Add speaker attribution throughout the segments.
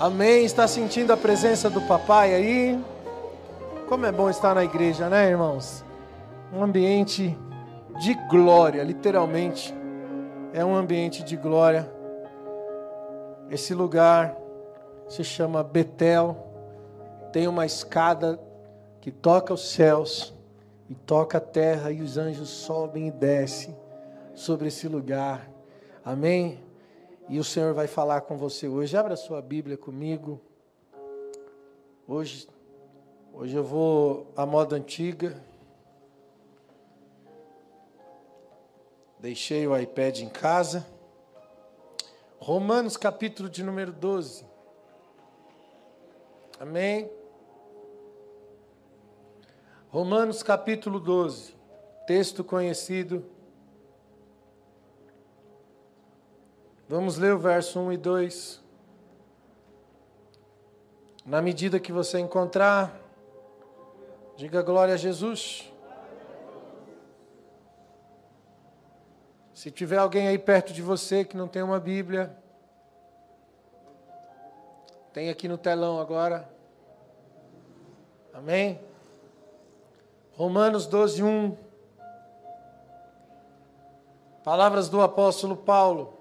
Speaker 1: Amém? Está sentindo a presença do papai aí? Como é bom estar na igreja, né, irmãos? Um ambiente de glória, literalmente. É um ambiente de glória. Esse lugar se chama Betel. Tem uma escada que toca os céus e toca a terra, e os anjos sobem e descem sobre esse lugar. Amém? E o Senhor vai falar com você hoje. Abra sua Bíblia comigo. Hoje eu vou à moda antiga. Deixei o iPad em casa. Romanos capítulo de número 12. Amém? Romanos capítulo 12. Texto conhecido. Vamos ler o verso 1 e 2. Na medida que você encontrar, diga glória a Jesus. Se tiver alguém aí perto de você que não tem uma Bíblia, tem aqui no telão agora. Amém? Romanos 12, 1. Palavras do apóstolo Paulo.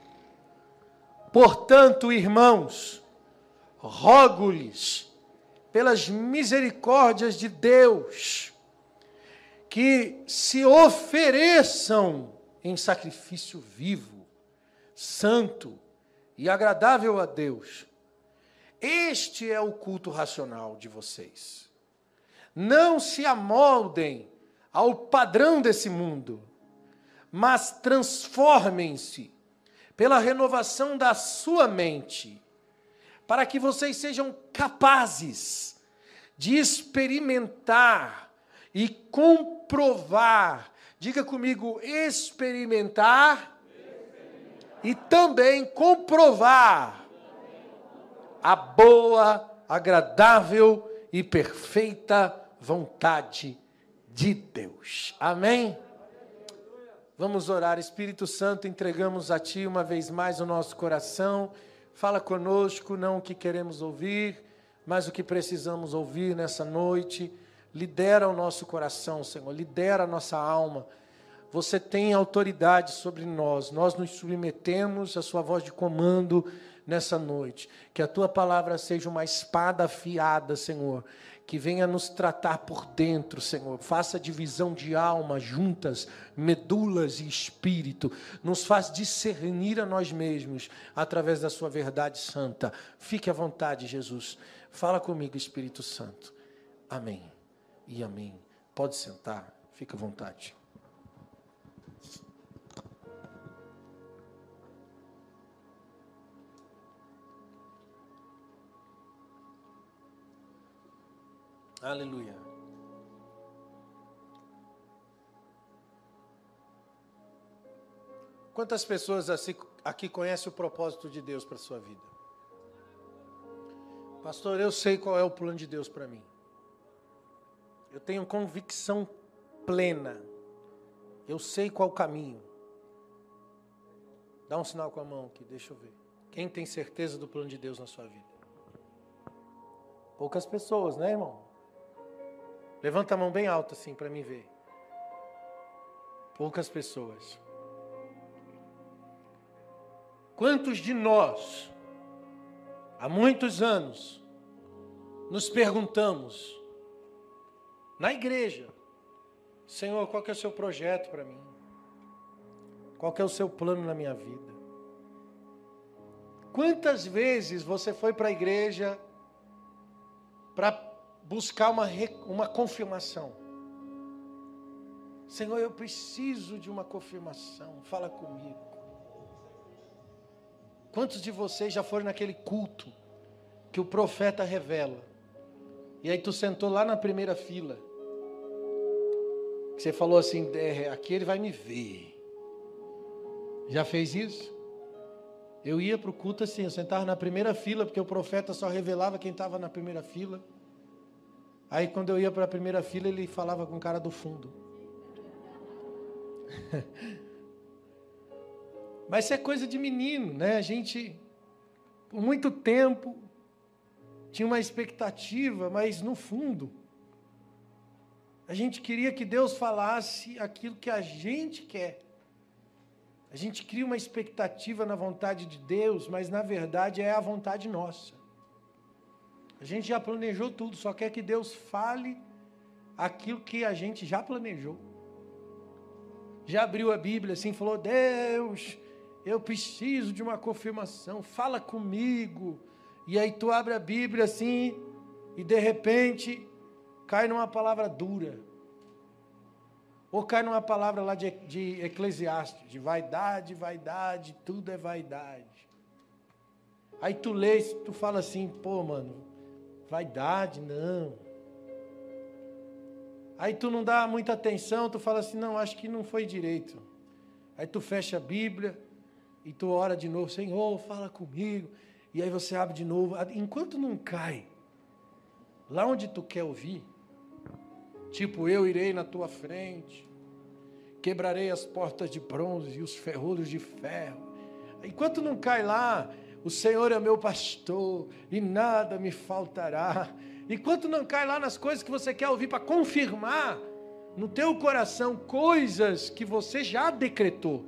Speaker 1: Portanto, irmãos, rogo-lhes, pelas misericórdias de Deus, que se ofereçam em sacrifício vivo, santo e agradável a Deus. Este é o culto racional de vocês. Não se amoldem ao padrão desse mundo, mas transformem-se pela renovação da sua mente, para que vocês sejam capazes de experimentar e comprovar. Diga comigo, experimentar e também comprovar a boa, agradável e perfeita vontade de Deus. Amém? Vamos orar. Espírito Santo, entregamos a Ti uma vez mais o nosso coração. Fala conosco, não o que queremos ouvir, mas o que precisamos ouvir nessa noite. Lidera o nosso coração, Senhor, lidera a nossa alma. Você tem autoridade sobre nós. Nós nos submetemos à Sua voz de comando nessa noite. Que a Tua palavra seja uma espada afiada, Senhor, que venha nos tratar por dentro, Senhor. Faça divisão de alma, juntas, medulas e espírito. Nos faz discernir a nós mesmos através da sua verdade santa. Fique à vontade, Jesus. Fala comigo, Espírito Santo. Amém e amém. Pode sentar, fica à vontade. Aleluia. Quantas pessoas aqui conhecem o propósito de Deus para a sua vida? Pastor, eu sei qual é o plano de Deus para mim. Eu tenho convicção plena. Eu sei qual o caminho. Dá um sinal com a mão aqui, deixa eu ver. Quem tem certeza do plano de Deus na sua vida? Poucas pessoas, né, irmão? Levanta a mão bem alta assim para mim ver. Poucas pessoas. Quantos de nós, há muitos anos, nos perguntamos, na igreja, Senhor, qual que é o seu projeto para mim? Qual que é o seu plano na minha vida? Quantas vezes você foi para a igreja para buscar uma confirmação? Senhor, eu preciso de uma confirmação, fala comigo. Quantos de vocês já foram naquele culto que o profeta revela? E aí tu sentou lá na primeira fila. Você falou assim, aqui ele vai me ver. Já fez isso? Eu ia para o culto assim, eu sentava na primeira fila, porque o profeta só revelava quem estava na primeira fila. Aí quando eu ia para a primeira fila, ele falava com o cara do fundo. Mas isso é coisa de menino, né? A gente, por muito tempo, tinha uma expectativa, mas no fundo, a gente queria que Deus falasse aquilo que a gente quer. A gente cria uma expectativa na vontade de Deus, mas na verdade é a vontade nossa. A gente já planejou tudo, só quer que Deus fale aquilo que a gente já planejou. Já abriu a Bíblia assim, falou: Deus, eu preciso de uma confirmação, fala comigo. E aí tu abre a Bíblia assim, e de repente cai numa palavra dura. Ou cai numa palavra lá de Eclesiastes, de vaidade, vaidade, tudo é vaidade. Aí tu lê, tu fala assim: pô, mano, vaidade, não. Aí tu não dá muita atenção, tu fala assim: não, acho que não foi direito. Aí tu fecha a Bíblia e tu ora de novo: Senhor, fala comigo. E aí você abre de novo. Enquanto não cai lá onde tu quer ouvir, tipo, eu irei na tua frente, quebrarei as portas de bronze e os ferrolhos de ferro. Enquanto não cai lá, o Senhor é meu pastor e nada me faltará. Enquanto não cai lá nas coisas que você quer ouvir para confirmar no teu coração coisas que você já decretou.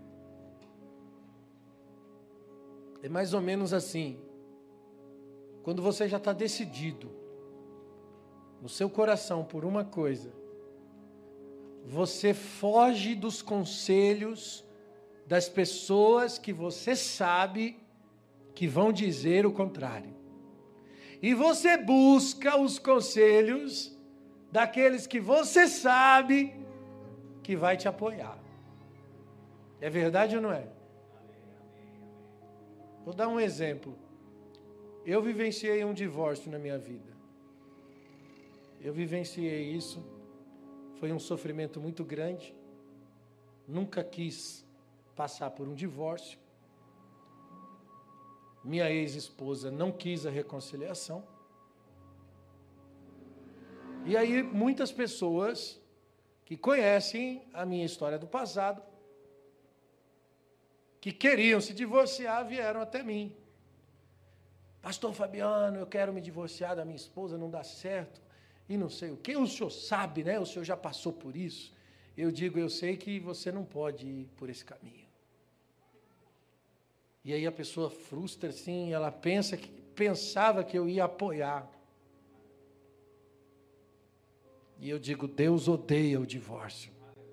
Speaker 1: É mais ou menos assim. Quando você já está decidido no seu coração por uma coisa, você foge dos conselhos das pessoas que você sabe que vão dizer o contrário. E você busca os conselhos daqueles que você sabe que vai te apoiar. É verdade ou não é? Vou dar um exemplo. Eu vivenciei um divórcio na minha vida. Eu vivenciei isso. Foi um sofrimento muito grande. Nunca quis passar por um divórcio. Minha ex-esposa não quis a reconciliação. E aí muitas pessoas que conhecem a minha história do passado, que queriam se divorciar, vieram até mim. Pastor Fabiano, eu quero me divorciar da minha esposa, não dá certo. E não sei o que, o senhor sabe, né? O senhor já passou por isso. Eu digo: eu sei que você não pode ir por esse caminho. E aí a pessoa frustra assim, ela pensava que eu ia apoiar. E eu digo: Deus odeia o divórcio.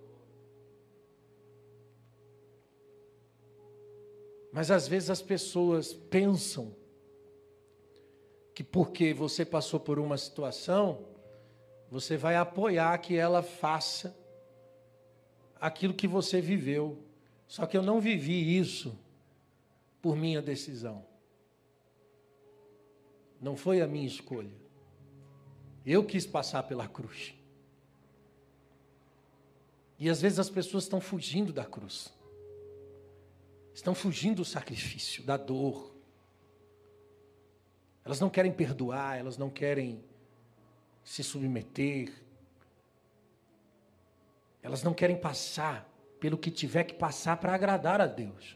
Speaker 1: Mas às vezes as pessoas pensam que porque você passou por uma situação, você vai apoiar que ela faça aquilo que você viveu. Só que eu não vivi isso por minha decisão. Não foi a minha escolha. Eu quis passar pela cruz. E às vezes as pessoas estão fugindo da cruz. Estão fugindo do sacrifício, da dor. Elas não querem perdoar, elas não querem se submeter. Elas não querem passar pelo que tiver que passar para agradar a Deus.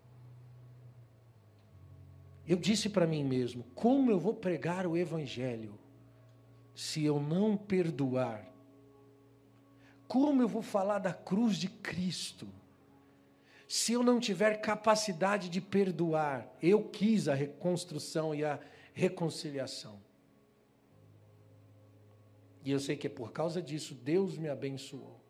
Speaker 1: Eu disse para mim mesmo: como eu vou pregar o Evangelho se eu não perdoar? Como eu vou falar da cruz de Cristo se eu não tiver capacidade de perdoar? Eu quis a reconstrução e a reconciliação. E eu sei que é por causa disso Deus me abençoou.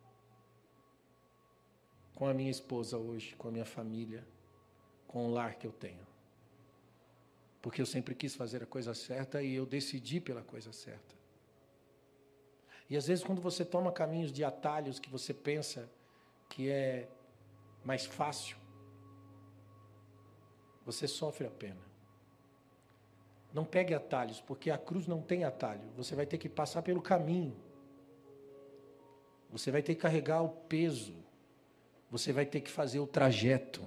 Speaker 1: Com a minha esposa hoje, com a minha família, com o lar que eu tenho. Porque eu sempre quis fazer a coisa certa e eu decidi pela coisa certa. E às vezes quando você toma caminhos de atalhos que você pensa que é mais fácil, você sofre a pena. Não pegue atalhos, porque a cruz não tem atalho. Você vai ter que passar pelo caminho. Você vai ter que carregar o peso. Você vai ter que fazer o trajeto.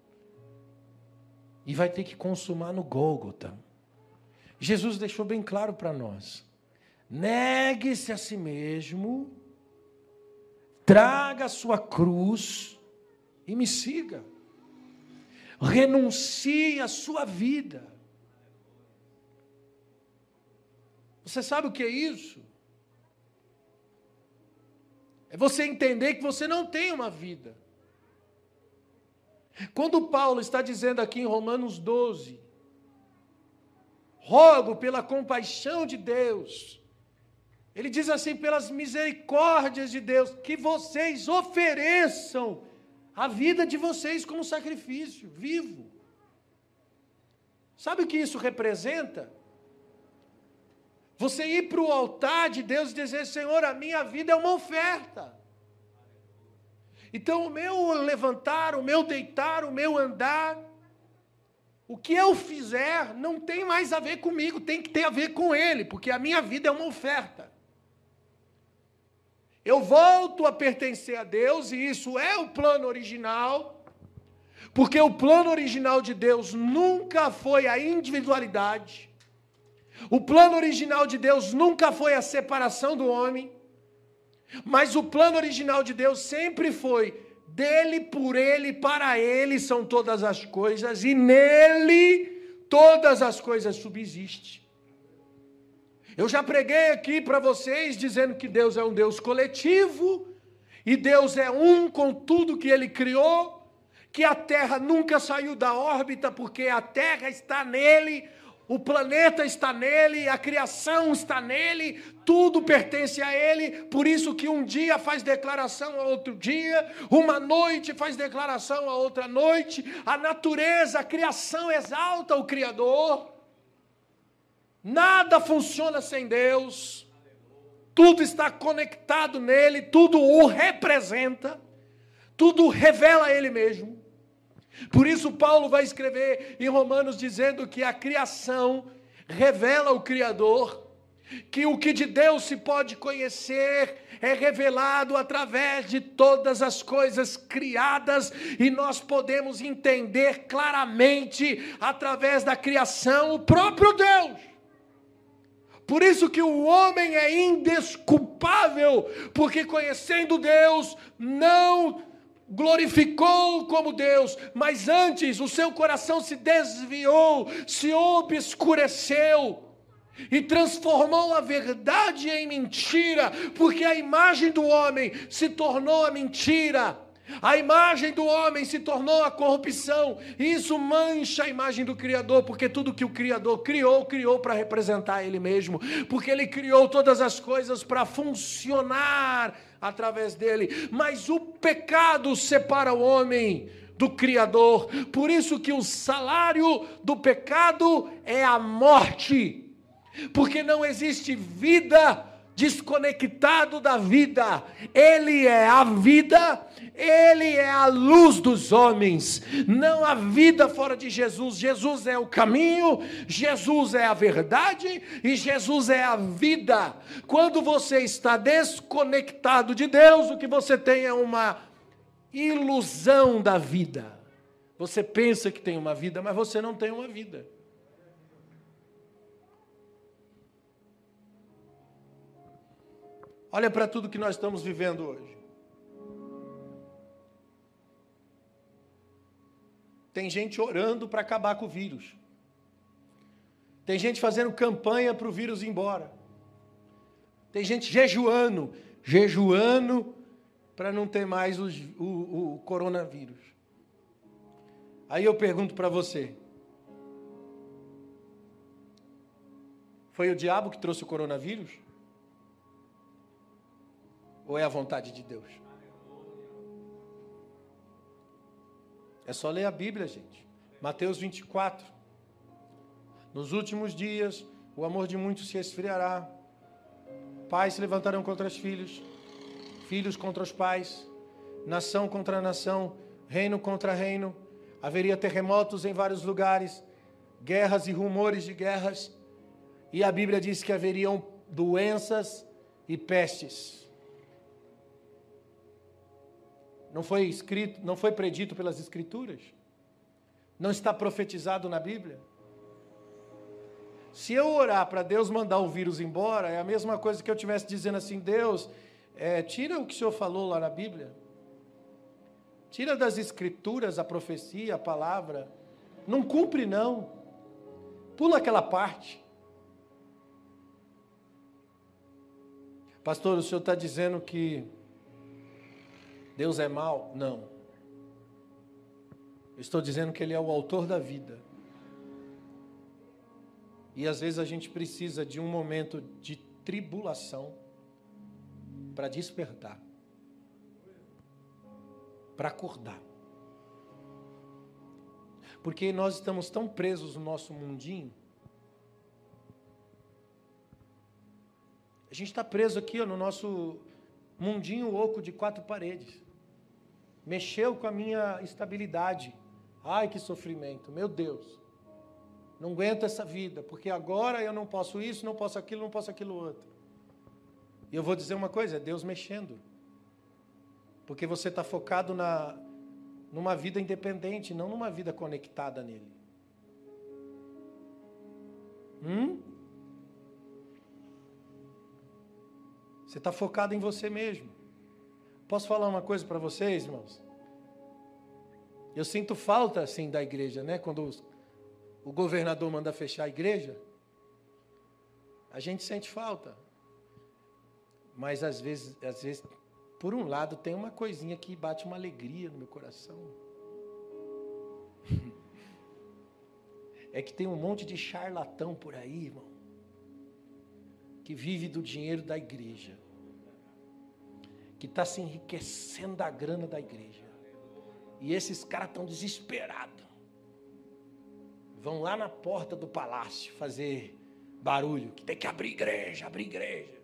Speaker 1: E vai ter que consumar no Gólgota. Jesus deixou bem claro para nós: negue-se a si mesmo, traga a sua cruz e me siga. Renuncie a sua vida. Você sabe o que é isso? É você entender que você não tem uma vida. Quando Paulo está dizendo aqui em Romanos 12, rogo pela compaixão de Deus, ele diz assim, pelas misericórdias de Deus, que vocês ofereçam a vida de vocês como sacrifício vivo. Sabe o que isso representa? Você ir para o altar de Deus e dizer, Senhor, a minha vida é uma oferta. Então o meu levantar, o meu deitar, o meu andar, o que eu fizer não tem mais a ver comigo, tem que ter a ver com Ele, porque a minha vida é uma oferta. Eu volto a pertencer a Deus e isso é o plano original, porque o plano original de Deus nunca foi a individualidade, o plano original de Deus nunca foi a separação do homem, mas o plano original de Deus sempre foi dele, por ele, para ele são todas as coisas e nele todas as coisas subsistem. Eu já preguei aqui para vocês dizendo que Deus é um Deus coletivo e Deus é um com tudo que Ele criou, que a Terra nunca saiu da órbita porque a Terra está nele, o planeta está nele, a criação está nele, tudo pertence a Ele, por isso que um dia faz declaração a outro dia, uma noite faz declaração a outra noite, a natureza, a criação exalta o Criador, nada funciona sem Deus, tudo está conectado nele, tudo o representa, tudo revela Ele mesmo. Por isso Paulo vai escrever em Romanos dizendo que a criação revela o Criador, que o que de Deus se pode conhecer é revelado através de todas as coisas criadas e nós podemos entender claramente através da criação o próprio Deus. Por isso que o homem é indesculpável, porque conhecendo Deus não glorificou como Deus, mas antes o seu coração se desviou, se obscureceu e transformou a verdade em mentira, porque a imagem do homem se tornou a mentira, a imagem do homem se tornou a corrupção, e isso mancha a imagem do Criador, porque tudo que o Criador criou, criou para representar Ele mesmo, porque Ele criou todas as coisas para funcionar através dele, mas o pecado separa o homem do Criador, por isso que o salário do pecado é a morte, porque não existe vida desconectado da vida, Ele é a vida, Ele é a luz dos homens, não há vida fora de Jesus, Jesus é o caminho, Jesus é a verdade e Jesus é a vida. Quando você está desconectado de Deus, o que você tem é uma ilusão da vida, você pensa que tem uma vida, mas você não tem uma vida. Olha para tudo que nós estamos vivendo hoje. Tem gente orando para acabar com o vírus. Tem gente fazendo campanha para o vírus ir embora. Tem gente jejuando para não ter mais o coronavírus. Aí eu pergunto para você. Foi o diabo que trouxe o coronavírus? Ou é a vontade de Deus? É só ler a Bíblia, gente. Mateus 24. Nos últimos dias, o amor de muitos se esfriará. Pais se levantarão contra os filhos, filhos contra os pais, nação contra nação, reino contra reino. Haveria terremotos em vários lugares, guerras e rumores de guerras. E a Bíblia diz que haveriam doenças e pestes. Não foi escrito, não foi predito pelas Escrituras? Não está profetizado na Bíblia? Se eu orar para Deus mandar o vírus embora, é a mesma coisa que eu estivesse dizendo assim, Deus, tira o que o Senhor falou lá na Bíblia. Tira das Escrituras a profecia, a palavra. Não cumpre não. Pula aquela parte. Pastor, o senhor está dizendo que Deus é mau? Não. Eu estou dizendo que Ele é o autor da vida. E às vezes a gente precisa de um momento de tribulação para despertar, para acordar. Porque nós estamos tão presos no nosso mundinho. A gente está preso aqui no nosso mundinho oco de 4 paredes. Mexeu com a minha estabilidade. Ai, que sofrimento, meu Deus. Não aguento essa vida, porque agora eu não posso isso, não posso aquilo outro. E eu vou dizer uma coisa, é Deus mexendo. Porque você está focado numa vida independente, não numa vida conectada nele. Você está focado em você mesmo. Posso falar uma coisa para vocês, irmãos? Eu sinto falta, assim, da igreja, né? Quando o governador manda fechar a igreja, a gente sente falta. Mas, às vezes, por um lado, tem uma coisinha que bate uma alegria no meu coração. É que tem um monte de charlatão por aí, irmão, que vive do dinheiro da igreja, que está se enriquecendo da grana da igreja. E esses caras estão desesperados. Vão lá na porta do palácio fazer barulho, que tem que abrir igreja, abrir igreja.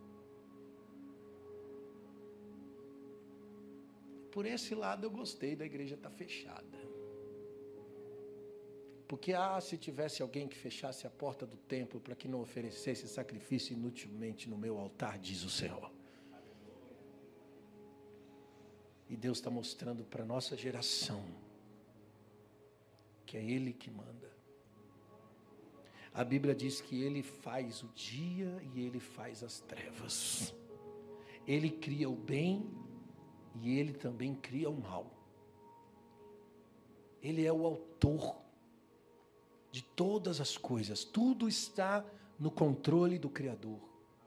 Speaker 1: Por esse lado eu gostei da igreja estar fechada. Porque, se tivesse alguém que fechasse a porta do templo para que não oferecesse sacrifício inutilmente no meu altar, diz o Senhor. E Deus está mostrando para a nossa geração que é Ele que manda. A Bíblia diz que Ele faz o dia e Ele faz as trevas. Ele cria o bem e Ele também cria o mal. Ele é o autor de todas as coisas. Tudo está no controle do Criador.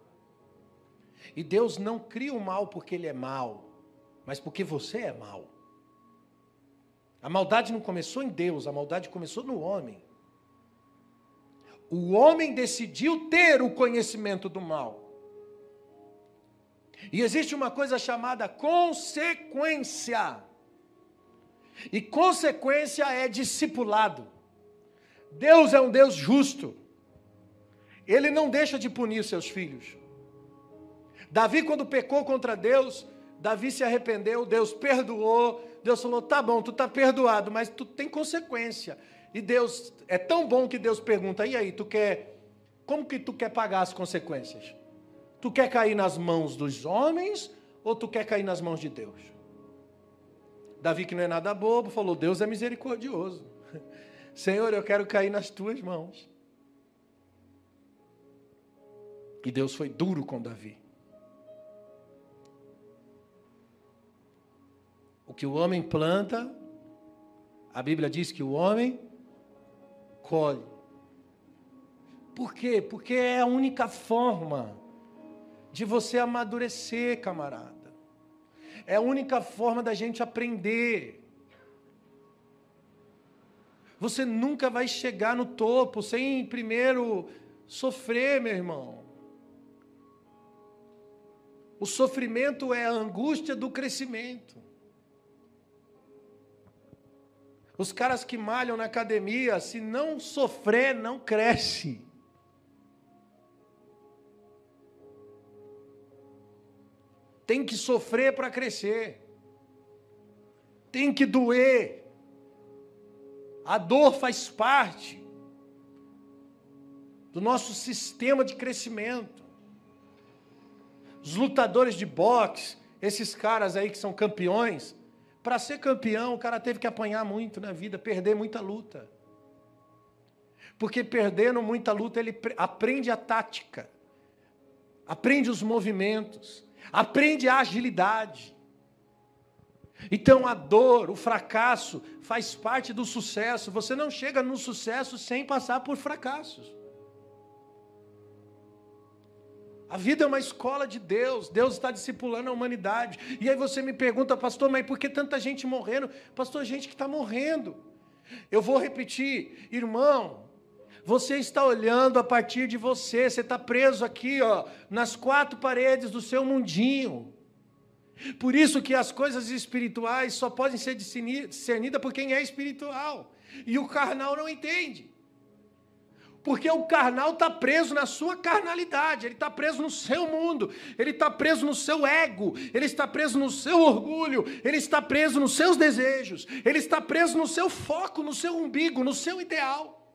Speaker 1: E Deus não cria o mal porque Ele é mau, mas porque você é mau. A maldade não começou em Deus, a maldade começou no homem. O homem decidiu ter o conhecimento do mal. E existe uma coisa chamada consequência. E consequência é discipulado. Deus é um Deus justo. Ele não deixa de punir seus filhos. Davi, quando pecou contra Deus, Davi se arrependeu, Deus perdoou. Deus falou, tá bom, tu está perdoado, mas tu tem consequência. E Deus, é tão bom que Deus pergunta, e aí, como que tu quer pagar as consequências? Tu quer cair nas mãos dos homens ou tu quer cair nas mãos de Deus? Davi, que não é nada bobo, falou, Deus é misericordioso. Senhor, eu quero cair nas tuas mãos. E Deus foi duro com Davi. O que o homem planta, a Bíblia diz que o homem colhe. Por quê? Porque é a única forma de você amadurecer, camarada. É a única forma da gente aprender. Você nunca vai chegar no topo sem primeiro sofrer, meu irmão. O sofrimento é a angústia do crescimento. Os caras que malham na academia, se não sofrer, não cresce. Tem que sofrer para crescer. Tem que doer. A dor faz parte do nosso sistema de crescimento. Os lutadores de boxe, esses caras aí que são campeões, para ser campeão, o cara teve que apanhar muito na vida, perder muita luta. Porque perdendo muita luta, ele aprende a tática, aprende os movimentos, aprende a agilidade. Então a dor, o fracasso, faz parte do sucesso. Você não chega no sucesso sem passar por fracassos. A vida é uma escola de Deus. Deus está discipulando a humanidade. E aí você me pergunta, pastor, mas por que tanta gente morrendo? Pastor, gente que está morrendo. Eu vou repetir, irmão, você está olhando a partir de você. Você está preso aqui, ó, nas quatro paredes do seu mundinho. Por isso que as coisas espirituais só podem ser discernidas por quem é espiritual. E o carnal não entende. Porque o carnal está preso na sua carnalidade, ele está preso no seu mundo, ele está preso no seu ego, ele está preso no seu orgulho, ele está preso nos seus desejos, ele está preso no seu foco, no seu umbigo, no seu ideal.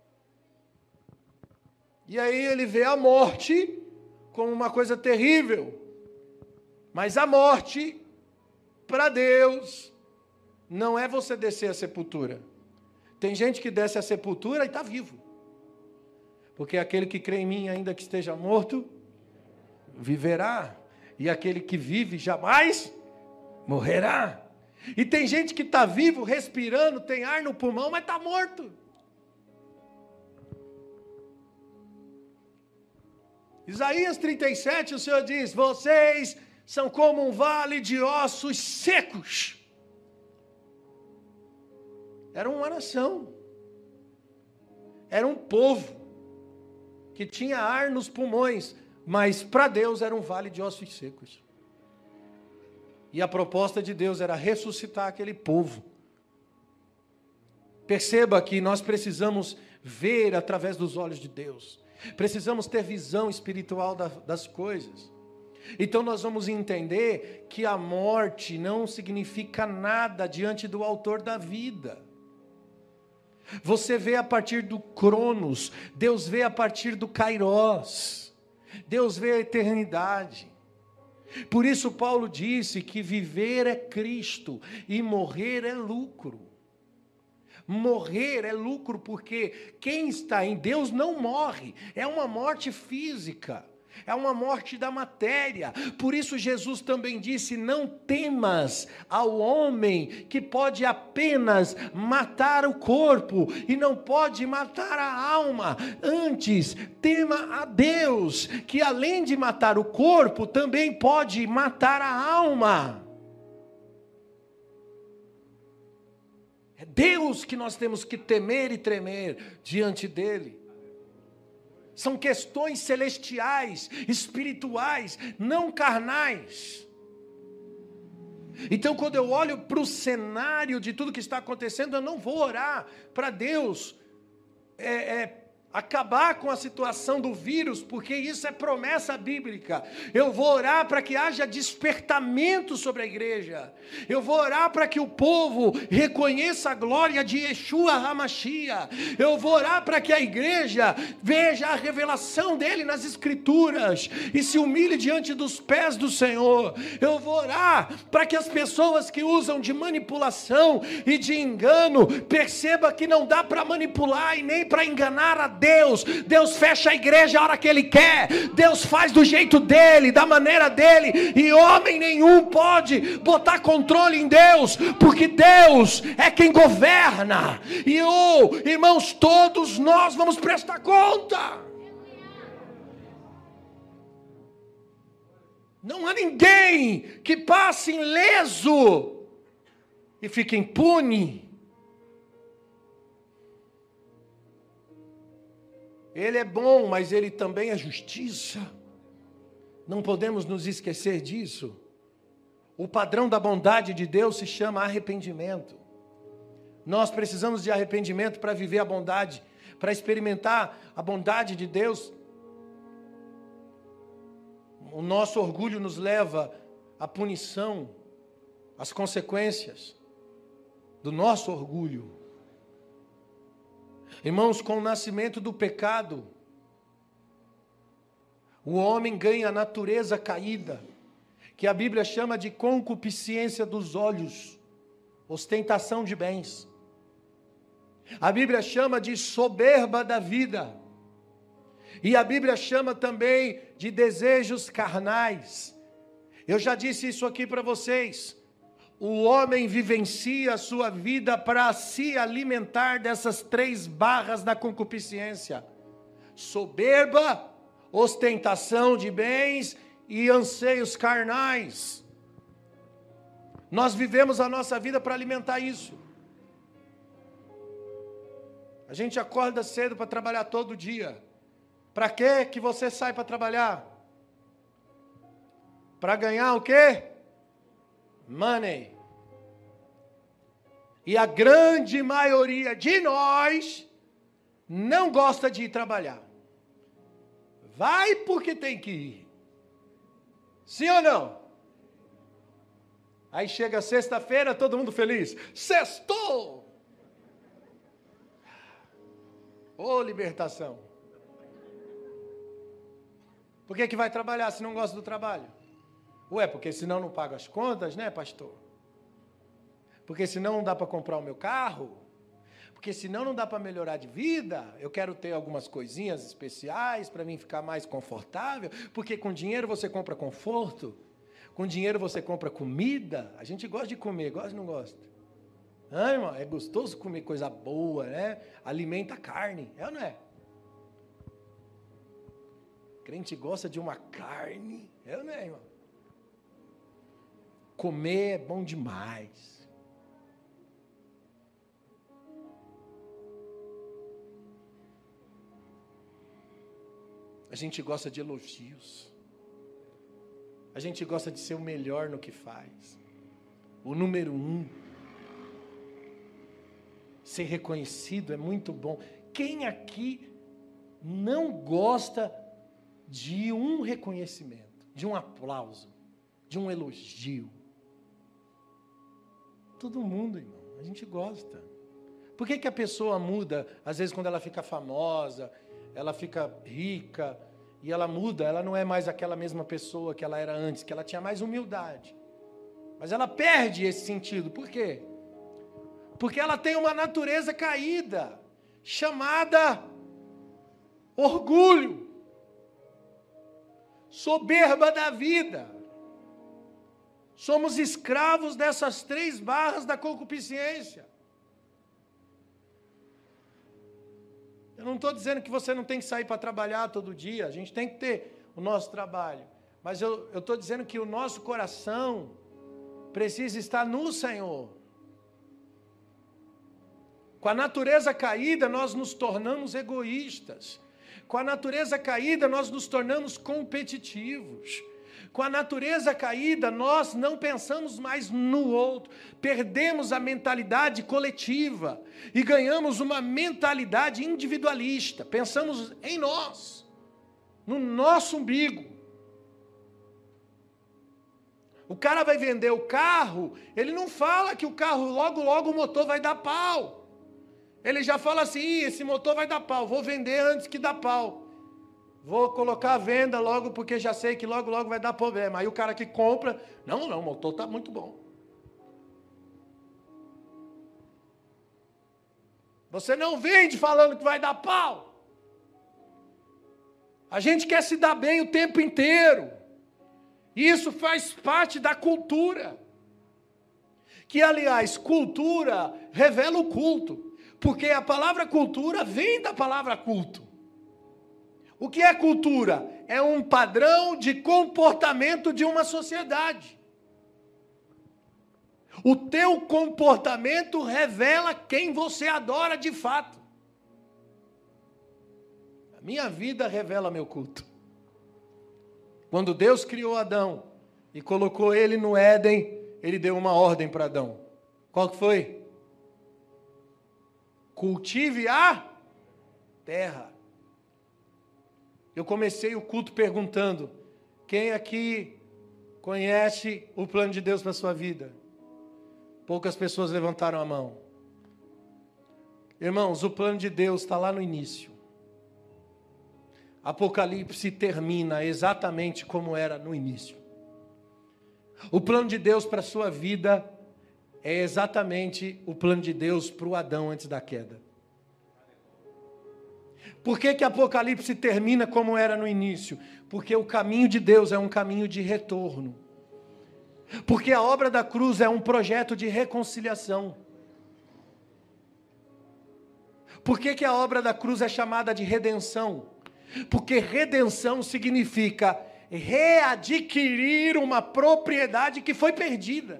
Speaker 1: E aí ele vê a morte como uma coisa terrível. Mas a morte, para Deus, não é você descer a sepultura. Tem gente que desce a sepultura e está vivo. Porque aquele que crê em mim, ainda que esteja morto, viverá. E aquele que vive jamais morrerá. E tem gente que está vivo, respirando, tem ar no pulmão, mas está morto. Isaías 37, o Senhor diz: vocês são como um vale de ossos secos. Era uma nação. Era um povo que tinha ar nos pulmões, mas para Deus era um vale de ossos secos. E a proposta de Deus era ressuscitar aquele povo. Perceba que nós precisamos ver através dos olhos de Deus. Precisamos ter visão espiritual das coisas. Então nós vamos entender que a morte não significa nada diante do autor da vida. Você vê a partir do Cronos, Deus vê a partir do Kairós, Deus vê a eternidade. Por isso Paulo disse que viver é Cristo e morrer é lucro. Morrer é lucro porque quem está em Deus não morre, é uma morte física. É uma morte da matéria. Por isso Jesus também disse: não temas ao homem que pode apenas matar o corpo e não pode matar a alma. Antes, tema a Deus, que além de matar o corpo, também pode matar a alma. É Deus que nós temos que temer e tremer diante dele. São questões celestiais, espirituais, não carnais. Então, quando eu olho para o cenário de tudo que está acontecendo, eu não vou orar para Deus acabar com a situação do vírus, porque isso é promessa bíblica. Eu vou orar para que haja despertamento sobre a igreja. Eu vou orar para que o povo reconheça a glória de Yeshua HaMashiach. Eu vou orar para que a igreja veja a revelação dele nas escrituras e se humilhe diante dos pés do Senhor. Eu vou orar para que as pessoas que usam de manipulação e de engano percebam que não dá para manipular e nem para enganar a Deus. Deus fecha a igreja a hora que Ele quer. Deus faz do jeito dEle, da maneira dEle. E homem nenhum pode botar controle em Deus, porque Deus é quem governa. E irmãos, todos nós vamos prestar conta. Não há ninguém que passe ileso e fique impune. Ele é bom, mas Ele também é justiça. Não podemos nos esquecer disso. O padrão da bondade de Deus se chama arrependimento. Nós precisamos de arrependimento para viver a bondade, para experimentar a bondade de Deus. O nosso orgulho nos leva à punição, às consequências do nosso orgulho. Irmãos, com o nascimento do pecado, o homem ganha a natureza caída, que a Bíblia chama de concupiscência dos olhos, ostentação de bens. A Bíblia chama de soberba da vida. E a Bíblia chama também de desejos carnais. Eu já disse isso aqui para vocês. O homem vivencia a sua vida para se alimentar dessas 3 barras da concupiscência: soberba, ostentação de bens e anseios carnais. Nós vivemos a nossa vida para alimentar isso. A gente acorda cedo para trabalhar todo dia. Para quê que você sai para trabalhar? Para ganhar o quê? Money. E a grande maioria de nós não gosta de ir trabalhar. Vai porque tem que ir. Sim ou não? Aí chega sexta-feira, todo mundo feliz. Sextou! Ô, libertação. Por que vai trabalhar se não gosta do trabalho? Ué, porque senão não paga as contas, né, pastor? Porque senão não dá para comprar o meu carro? Porque senão não dá para melhorar de vida? Eu quero ter algumas coisinhas especiais para mim ficar mais confortável? Porque com dinheiro você compra conforto? Com dinheiro você compra comida? A gente gosta de comer, gosta ou não gosta? Ah, irmão, é gostoso comer coisa boa, né? Alimenta a carne, é ou não é? Crente gosta de uma carne, é ou não é, irmão? Comer é bom demais. A gente gosta de elogios. A gente gosta de ser o melhor no que faz. O número 1. Ser reconhecido é muito bom. Quem aqui não gosta de um reconhecimento, de um aplauso, de um elogio? Todo mundo, irmão, a gente gosta. Por que a pessoa muda, às vezes quando ela fica famosa, ela fica rica, e ela muda, ela não é mais aquela mesma pessoa que ela era antes, que ela tinha mais humildade. Mas ela perde esse sentido, por quê? Porque ela tem uma natureza caída, chamada orgulho, soberba da vida. Somos escravos dessas 3 barras da concupiscência. Eu não estou dizendo que você não tem que sair para trabalhar todo dia, a gente tem que ter o nosso trabalho. Mas eu estou dizendo que o nosso coração precisa estar no Senhor. Com a natureza caída, nós nos tornamos egoístas. Com a natureza caída, nós nos tornamos competitivos. Com a natureza caída, nós não pensamos mais no outro. Perdemos a mentalidade coletiva e ganhamos uma mentalidade individualista. Pensamos em nós, no nosso umbigo. O cara vai vender o carro, ele não fala que o carro logo o motor vai dar pau. Ele já fala assim, esse motor vai dar pau, vou vender antes que dá pau. Vou colocar à venda logo, porque já sei que logo vai dar problema. Aí o cara que compra, não, o motor está muito bom. Você não vende falando que vai dar pau. A gente quer se dar bem o tempo inteiro. Isso faz parte da cultura. Que, aliás, cultura revela o culto. Porque a palavra cultura vem da palavra culto. O que é cultura? É um padrão de comportamento de uma sociedade. O teu comportamento revela quem você adora de fato. A minha vida revela meu culto. Quando Deus criou Adão e colocou ele no Éden, ele deu uma ordem para Adão. Qual que foi? Cultive a terra. Eu comecei o culto perguntando, quem aqui conhece o plano de Deus para a sua vida? Poucas pessoas levantaram a mão. Irmãos, o plano de Deus está lá no início. Apocalipse termina exatamente como era no início. O plano de Deus para a sua vida é exatamente o plano de Deus para o Adão antes da queda. Por que Apocalipse termina como era no início? Porque o caminho de Deus é um caminho de retorno. Porque a obra da cruz é um projeto de reconciliação. Por que a obra da cruz é chamada de redenção? Porque redenção significa readquirir uma propriedade que foi perdida.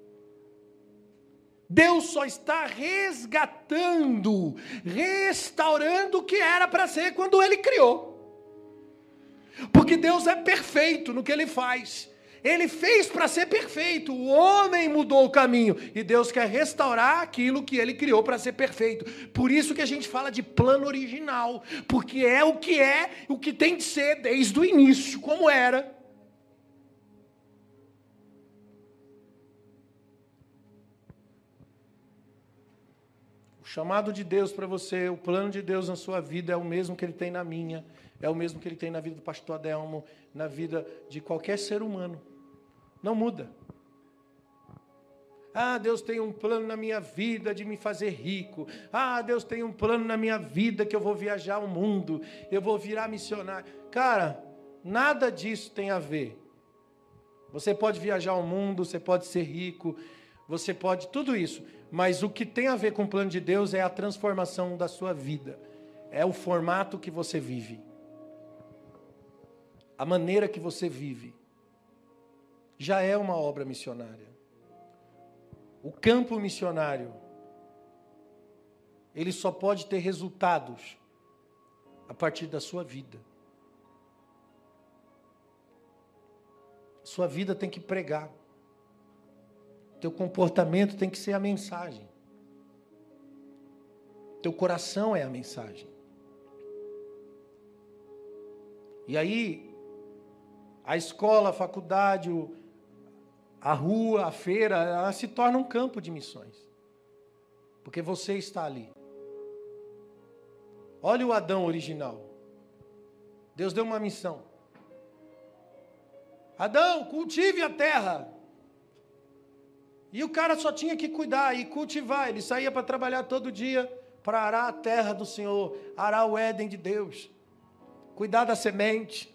Speaker 1: Deus só está resgatando, restaurando o que era para ser quando Ele criou. Porque Deus é perfeito no que Ele faz. Ele fez para ser perfeito, o homem mudou o caminho, e Deus quer restaurar aquilo que Ele criou para ser perfeito. Por isso que a gente fala de plano original, porque é, o que tem de ser desde o início, como era. O chamado de Deus para você, o plano de Deus na sua vida é o mesmo que Ele tem na minha, é o mesmo que Ele tem na vida do pastor Adelmo, na vida de qualquer ser humano. Não muda. Ah, Deus tem um plano na minha vida de me fazer rico. Ah, Deus tem um plano na minha vida que eu vou viajar o mundo, eu vou virar missionário. Cara, nada disso tem a ver. Você pode viajar o mundo, você pode ser rico, você pode tudo isso. Mas o que tem a ver com o plano de Deus é a transformação da sua vida. É o formato que você vive. A maneira que você vive. Já é uma obra missionária. O campo missionário, ele só pode ter resultados a partir da sua vida. Sua vida tem que pregar. Teu comportamento tem que ser a mensagem. Teu coração é a mensagem. E aí, a escola, a faculdade, a rua, a feira, ela se torna um campo de missões. Porque você está ali. Olha o Adão original. Deus deu uma missão. Adão, cultive a terra. E o cara só tinha que cuidar e cultivar. Ele saía para trabalhar todo dia, para arar a terra do Senhor, arar o Éden de Deus, cuidar da semente.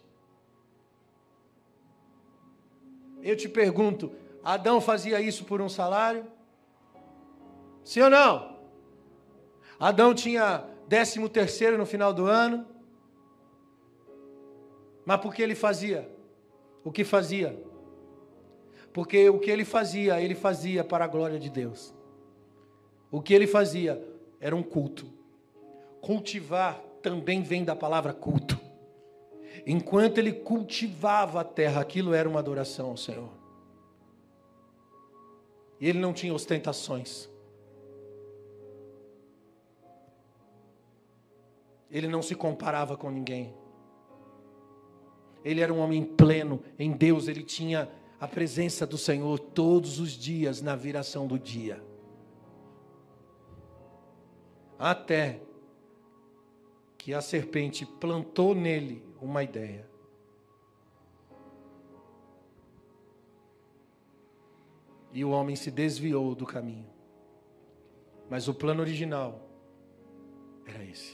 Speaker 1: Eu te pergunto, Adão fazia isso por um salário? Sim ou não? Adão tinha 13º no final do ano? Mas por que ele fazia o que fazia? Porque o que ele fazia para a glória de Deus. O que ele fazia era um culto. Cultivar também vem da palavra culto. Enquanto ele cultivava a terra, aquilo era uma adoração ao Senhor. E ele não tinha ostentações. Ele não se comparava com ninguém. Ele era um homem pleno em Deus. Ele tinha a presença do Senhor todos os dias na viração do dia. Até que a serpente plantou nele uma ideia. E o homem se desviou do caminho. Mas o plano original era esse.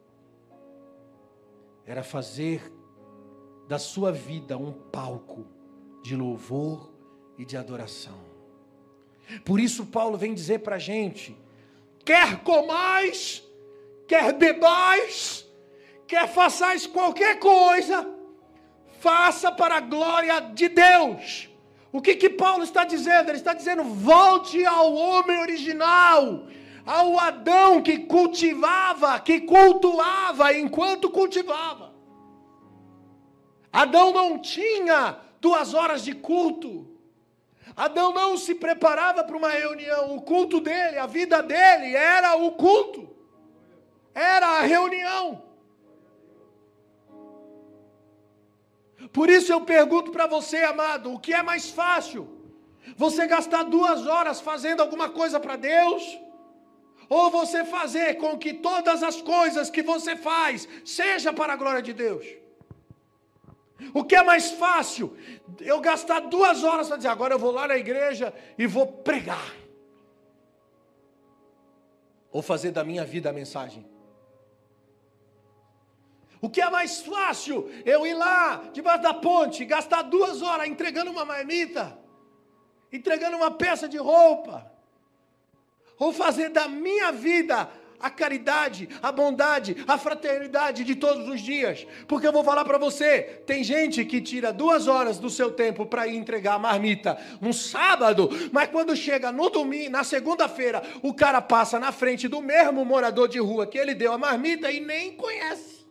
Speaker 1: Era fazer da sua vida um palco de louvor e de adoração. Por isso Paulo vem dizer para a gente, quer comais, quer bebais, quer façais qualquer coisa, faça para a glória de Deus. O que Paulo está dizendo? Ele está dizendo, volte ao homem original, ao Adão que cultivava, que cultuava enquanto cultivava. Adão não tinha 2 horas de culto. Adão não se preparava para uma reunião. O culto dele, a vida dele era o culto. Era a reunião. Por isso eu pergunto para você, amado, o que é mais fácil? Você gastar 2 horas fazendo alguma coisa para Deus? Ou você fazer com que todas as coisas que você faz seja para a glória de Deus? O que é mais fácil? Eu gastar 2 horas para dizer, agora eu vou lá na igreja e vou pregar. Ou fazer da minha vida a mensagem. O que é mais fácil? Eu ir lá, debaixo da ponte, gastar 2 horas entregando uma marmita, entregando uma peça de roupa. Ou fazer da minha vida a caridade, a bondade, a fraternidade de todos os dias. Porque eu vou falar para você, tem gente que tira 2 horas do seu tempo para ir entregar a marmita no sábado, mas quando chega no domingo, na segunda-feira, o cara passa na frente do mesmo morador de rua que ele deu a marmita e nem conhece.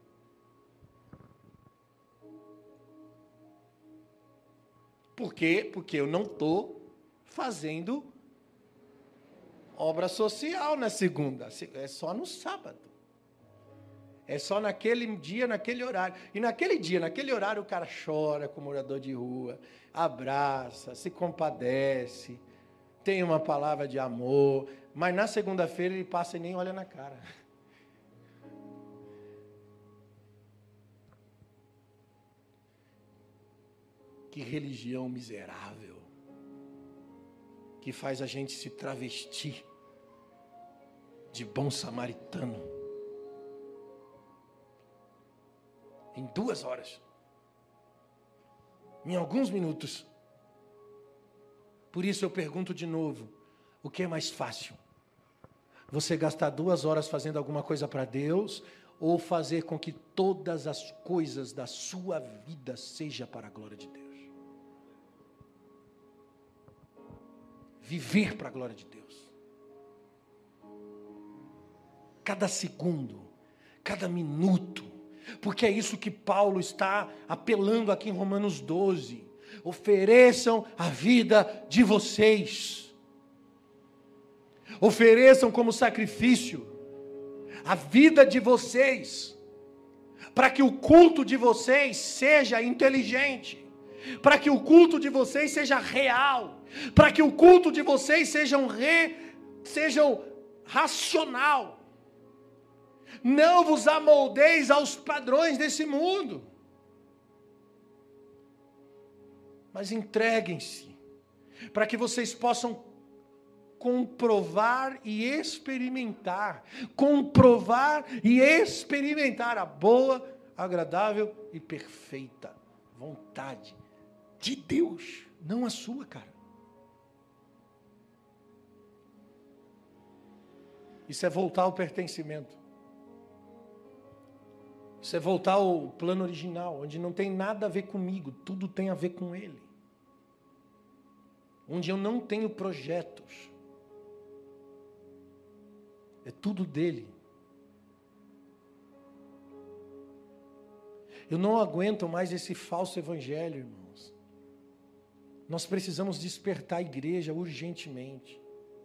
Speaker 1: Por quê? Porque eu não estou fazendo obra social na segunda, é só no sábado. É só naquele dia, naquele horário. E naquele dia, naquele horário, o cara chora com o morador de rua, abraça, se compadece, tem uma palavra de amor, mas na segunda-feira ele passa e nem olha na cara. Que religião miserável, que faz a gente se travestir de bom samaritano. Em 2 horas. Em alguns minutos. Por isso eu pergunto de novo, o que é mais fácil? Você gastar 2 horas fazendo alguma coisa para Deus, ou fazer com que todas as coisas da sua vida seja para a glória de Deus? Viver para a glória de Deus. Cada segundo, cada minuto, porque é isso que Paulo está apelando aqui em Romanos 12. Ofereçam a vida de vocês. Ofereçam como sacrifício a vida de vocês, para que o culto de vocês seja inteligente, para que o culto de vocês seja real, para que o culto de vocês sejam racional. Não vos amoldeis aos padrões desse mundo, mas entreguem-se, para que vocês possam comprovar e experimentar a boa, agradável e perfeita vontade de Deus, não a sua, cara. Isso é voltar ao pertencimento. Isso é voltar ao plano original, onde não tem nada a ver comigo, tudo tem a ver com Ele. Onde eu não tenho projetos. É tudo dele. Eu não aguento mais esse falso evangelho, irmãos. Nós precisamos despertar a igreja urgentemente.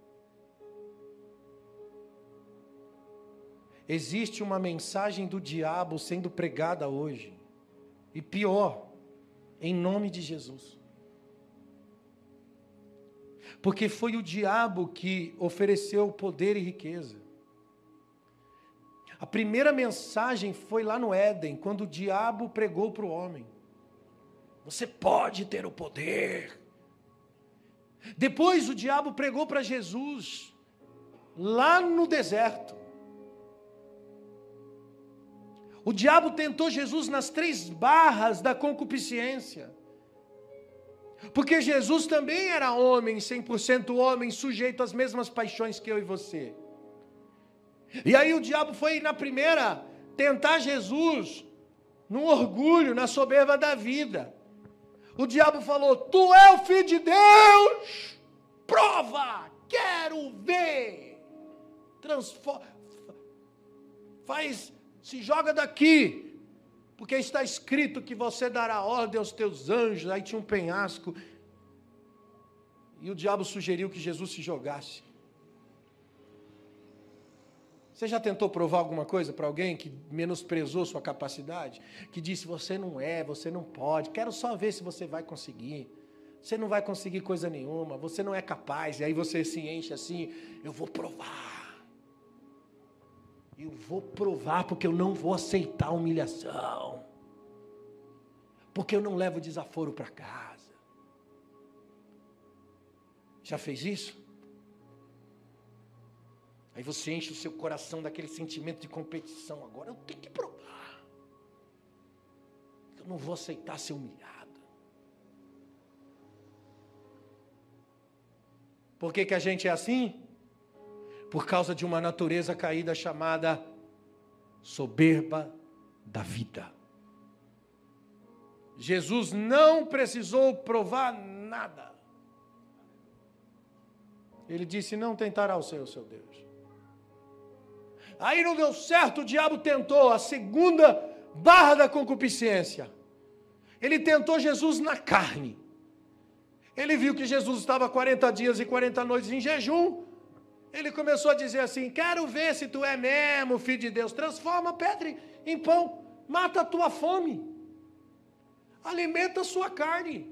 Speaker 1: Existe uma mensagem do diabo sendo pregada hoje. E pior, em nome de Jesus. Porque foi o diabo que ofereceu poder e riqueza. A primeira mensagem foi lá no Éden, quando o diabo pregou para o homem. Você pode ter o poder. Depois o diabo pregou para Jesus, lá no deserto. O diabo tentou Jesus nas 3 barras da concupiscência. Porque Jesus também era homem, 100% homem, sujeito às mesmas paixões que eu e você. E aí o diabo foi na primeira tentar Jesus, no orgulho, na soberba da vida. O diabo falou: tu é o filho de Deus, prova, quero ver, se joga daqui, porque está escrito que você dará ordem aos teus anjos. Aí tinha um penhasco, e o diabo sugeriu que Jesus se jogasse. Você já tentou provar alguma coisa para alguém que menosprezou sua capacidade? Que disse: você não pode, quero só ver se você vai conseguir. Você não vai conseguir coisa nenhuma, você não é capaz. E aí você se enche assim: eu vou provar. Eu vou provar porque eu não vou aceitar a humilhação. Porque eu não levo desaforo para casa. Já fez isso? Aí você enche o seu coração daquele sentimento de competição. Agora eu tenho que provar. Eu não vou aceitar ser humilhado. Por que a gente é assim? por causa de uma natureza caída chamada soberba da vida. Jesus não precisou provar nada. Ele disse: não tentará o Senhor, seu Deus. Aí não deu certo, o diabo tentou a segunda barra da concupiscência. Ele tentou Jesus na carne. Ele viu que Jesus estava 40 dias e 40 noites em jejum. Ele começou a dizer assim: quero ver se tu é mesmo filho de Deus. Transforma a pedra em pão. Mata a tua fome. Alimenta a sua carne.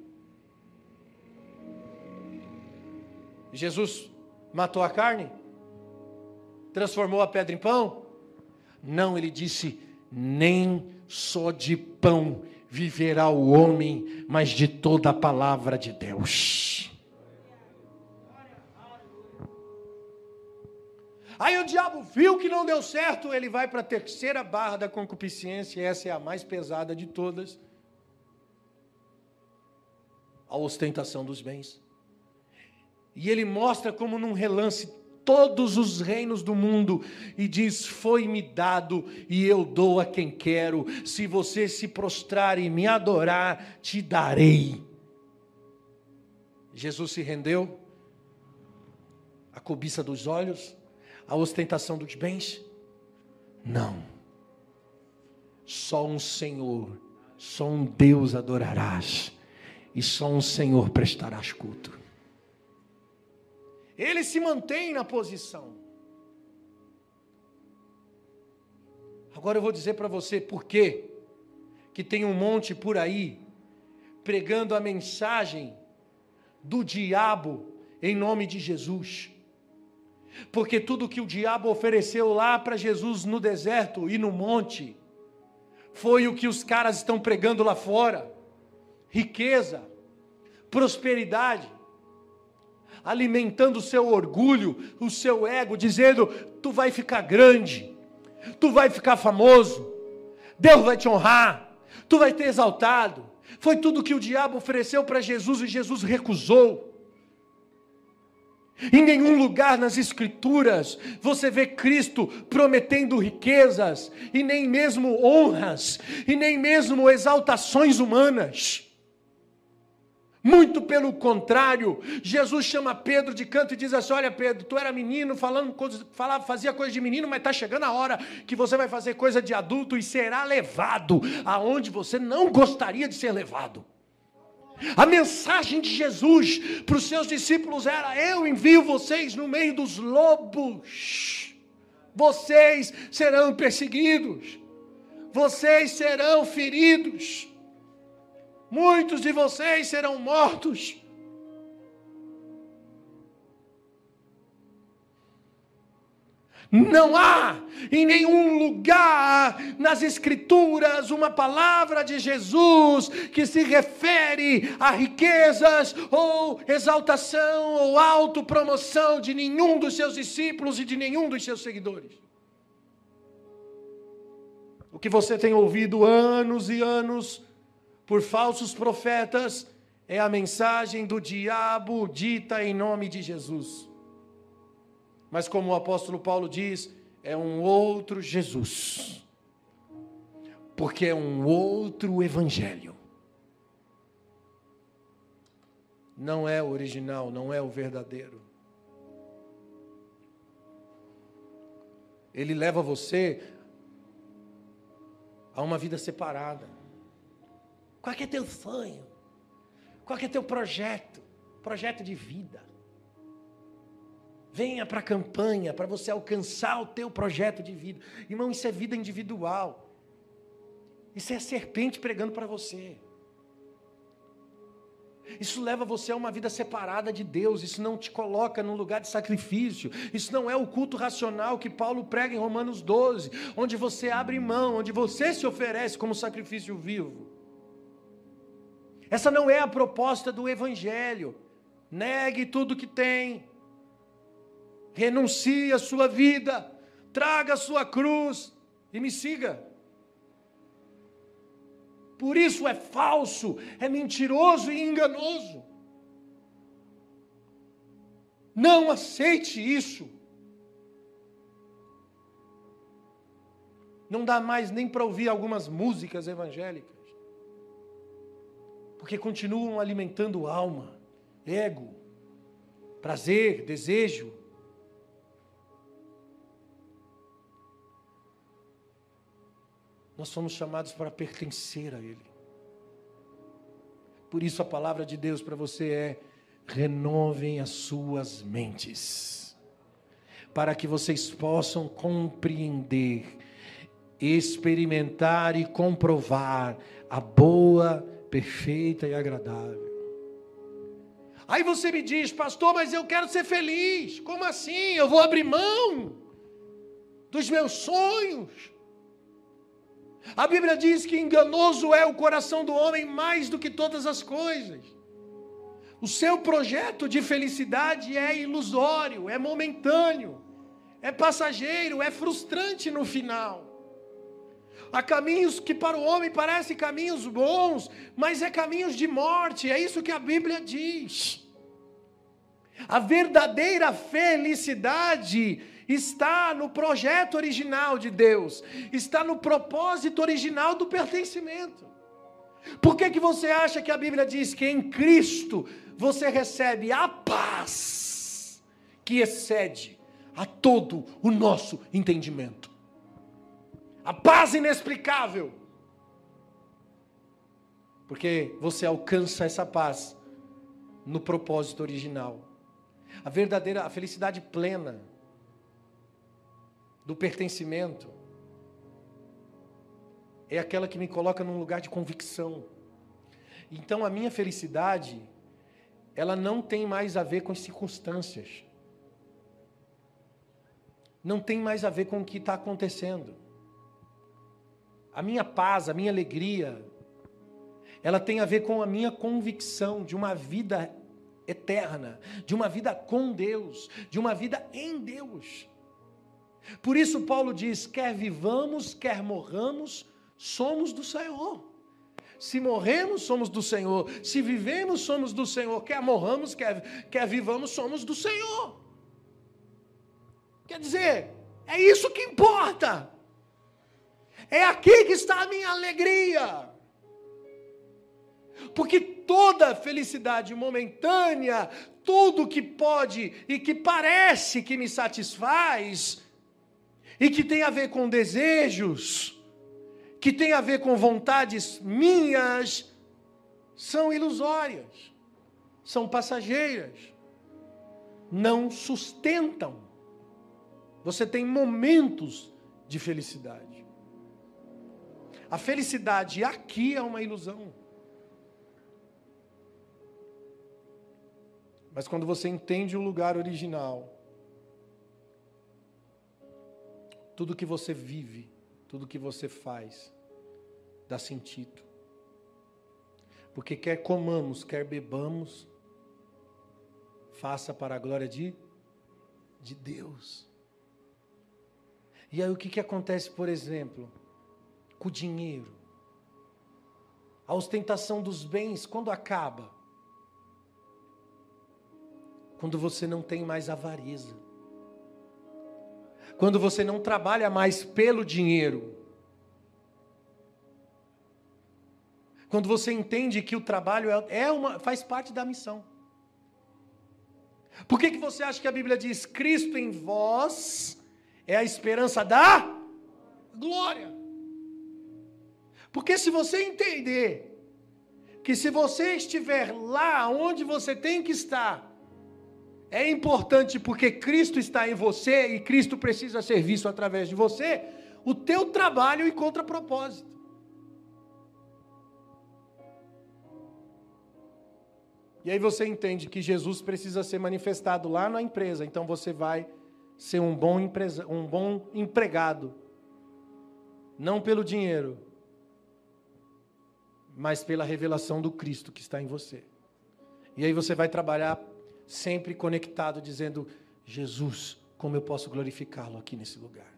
Speaker 1: Jesus matou a carne? Transformou a pedra em pão? Não, ele disse: nem só de pão viverá o homem, mas de toda a palavra de Deus. Aí o diabo viu que não deu certo, ele vai para a terceira barra da concupiscência, essa é a mais pesada de todas: a ostentação dos bens. E ele mostra como num relance todos os reinos do mundo e diz: foi-me dado e eu dou a quem quero. Se você se prostrar e me adorar, te darei. Jesus se rendeu à cobiça dos olhos, à ostentação dos bens? Não. Só um Senhor, só um Deus adorarás e só um Senhor prestarás culto. Ele se mantém na posição. Agora eu vou dizer para você por quê que tem um monte por aí pregando a mensagem do diabo em nome de Jesus. Porque tudo que o diabo ofereceu lá para Jesus no deserto e no monte foi o que os caras estão pregando lá fora: riqueza, prosperidade, alimentando o seu orgulho, o seu ego, dizendo: tu vai ficar grande, tu vai ficar famoso, Deus vai te honrar, tu vai ter exaltado. Foi tudo que o diabo ofereceu para Jesus e Jesus recusou. Em nenhum lugar nas Escrituras você vê Cristo prometendo riquezas, e nem mesmo honras, e nem mesmo exaltações humanas. Muito pelo contrário, Jesus chama Pedro de canto e diz assim: olha Pedro, tu era menino, fazia coisa de menino, mas está chegando a hora que você vai fazer coisa de adulto e será levado aonde você não gostaria de ser levado. A mensagem de Jesus para os seus discípulos era: eu envio vocês no meio dos lobos, vocês serão perseguidos, vocês serão feridos, muitos de vocês serão mortos. Não há em nenhum lugar nas Escrituras uma palavra de Jesus que se refere a riquezas ou exaltação ou autopromoção de nenhum dos seus discípulos e de nenhum dos seus seguidores. O que você tem ouvido anos e anos por falsos profetas é a mensagem do diabo dita em nome de Jesus. Mas como o apóstolo Paulo diz, é um outro Jesus. Porque é um outro evangelho. Não é o original, não é o verdadeiro. Ele leva você a uma vida separada. Qual é teu sonho? Qual é teu projeto? Projeto de vida. Venha para a campanha para você alcançar o teu projeto de vida. Irmão, isso é vida individual. Isso é a serpente pregando para você. Isso leva você a uma vida separada de Deus. Isso não te coloca num lugar de sacrifício. Isso não é o culto racional que Paulo prega em Romanos 12, onde você abre mão, onde você se oferece como sacrifício vivo. Essa não é a proposta do evangelho. Negue tudo que tem. Renuncie a sua vida, traga a sua cruz e me siga. Por isso é falso, é mentiroso e enganoso. Não aceite isso. Não dá mais nem para ouvir algumas músicas evangélicas. Porque continuam alimentando alma, ego, prazer, desejo. Nós somos chamados para pertencer a Ele. Por isso a palavra de Deus para você é: renovem as suas mentes, para que vocês possam compreender, experimentar e comprovar a boa, perfeita e agradável. Aí você me diz: pastor, mas eu quero ser feliz. Como assim? Eu vou abrir mão dos meus sonhos? A Bíblia diz que enganoso é o coração do homem mais do que todas as coisas. O seu projeto de felicidade é ilusório, é momentâneo, é passageiro, é frustrante no final. Há caminhos que para o homem parecem caminhos bons, mas é caminhos de morte, é isso que a Bíblia diz. A verdadeira felicidade está no projeto original de Deus, está no propósito original do pertencimento. Por que você acha que a Bíblia diz que em Cristo você recebe a paz que excede a todo o nosso entendimento? A paz inexplicável. Porque você alcança essa paz no propósito original. A felicidade plena do pertencimento é aquela que me coloca num lugar de convicção. Então a minha felicidade, ela não tem mais a ver com as circunstâncias. Não tem mais a ver com o que está acontecendo. A minha paz, a minha alegria, ela tem a ver com a minha convicção de uma vida eterna, de uma vida com Deus, de uma vida em Deus. Por isso Paulo diz: quer vivamos, quer morramos, somos do Senhor. Se morremos, somos do Senhor. Se vivemos, somos do Senhor. Quer morramos, quer vivamos, somos do Senhor. Quer dizer, é isso que importa. É aqui que está a minha alegria. Porque toda felicidade momentânea, tudo que pode e que parece que me satisfaz, e que tem a ver com desejos, que tem a ver com vontades minhas, são ilusórias, são passageiras, não sustentam. Você tem momentos de felicidade. A felicidade aqui é uma ilusão. Mas quando você entende o lugar original, tudo que você vive, tudo que você faz, dá sentido. Porque quer comamos, quer bebamos, faça para a glória de Deus. E aí o que acontece, por exemplo, com o dinheiro? A ostentação dos bens, quando acaba? Quando você não tem mais avareza. Quando você não trabalha mais pelo dinheiro. Quando você entende que o trabalho faz parte da missão. Por que você acha que a Bíblia diz: Cristo em vós é a esperança da glória? Porque se você entender que se você estiver lá onde você tem que estar, é importante porque Cristo está em você e Cristo precisa ser visto através de você, o teu trabalho encontra propósito. E aí você entende que Jesus precisa ser manifestado lá na empresa, então você vai ser um bom empregado, não pelo dinheiro, mas pela revelação do Cristo que está em você. E aí você vai trabalhar sempre conectado, dizendo: Jesus, como eu posso glorificá-lo aqui nesse lugar?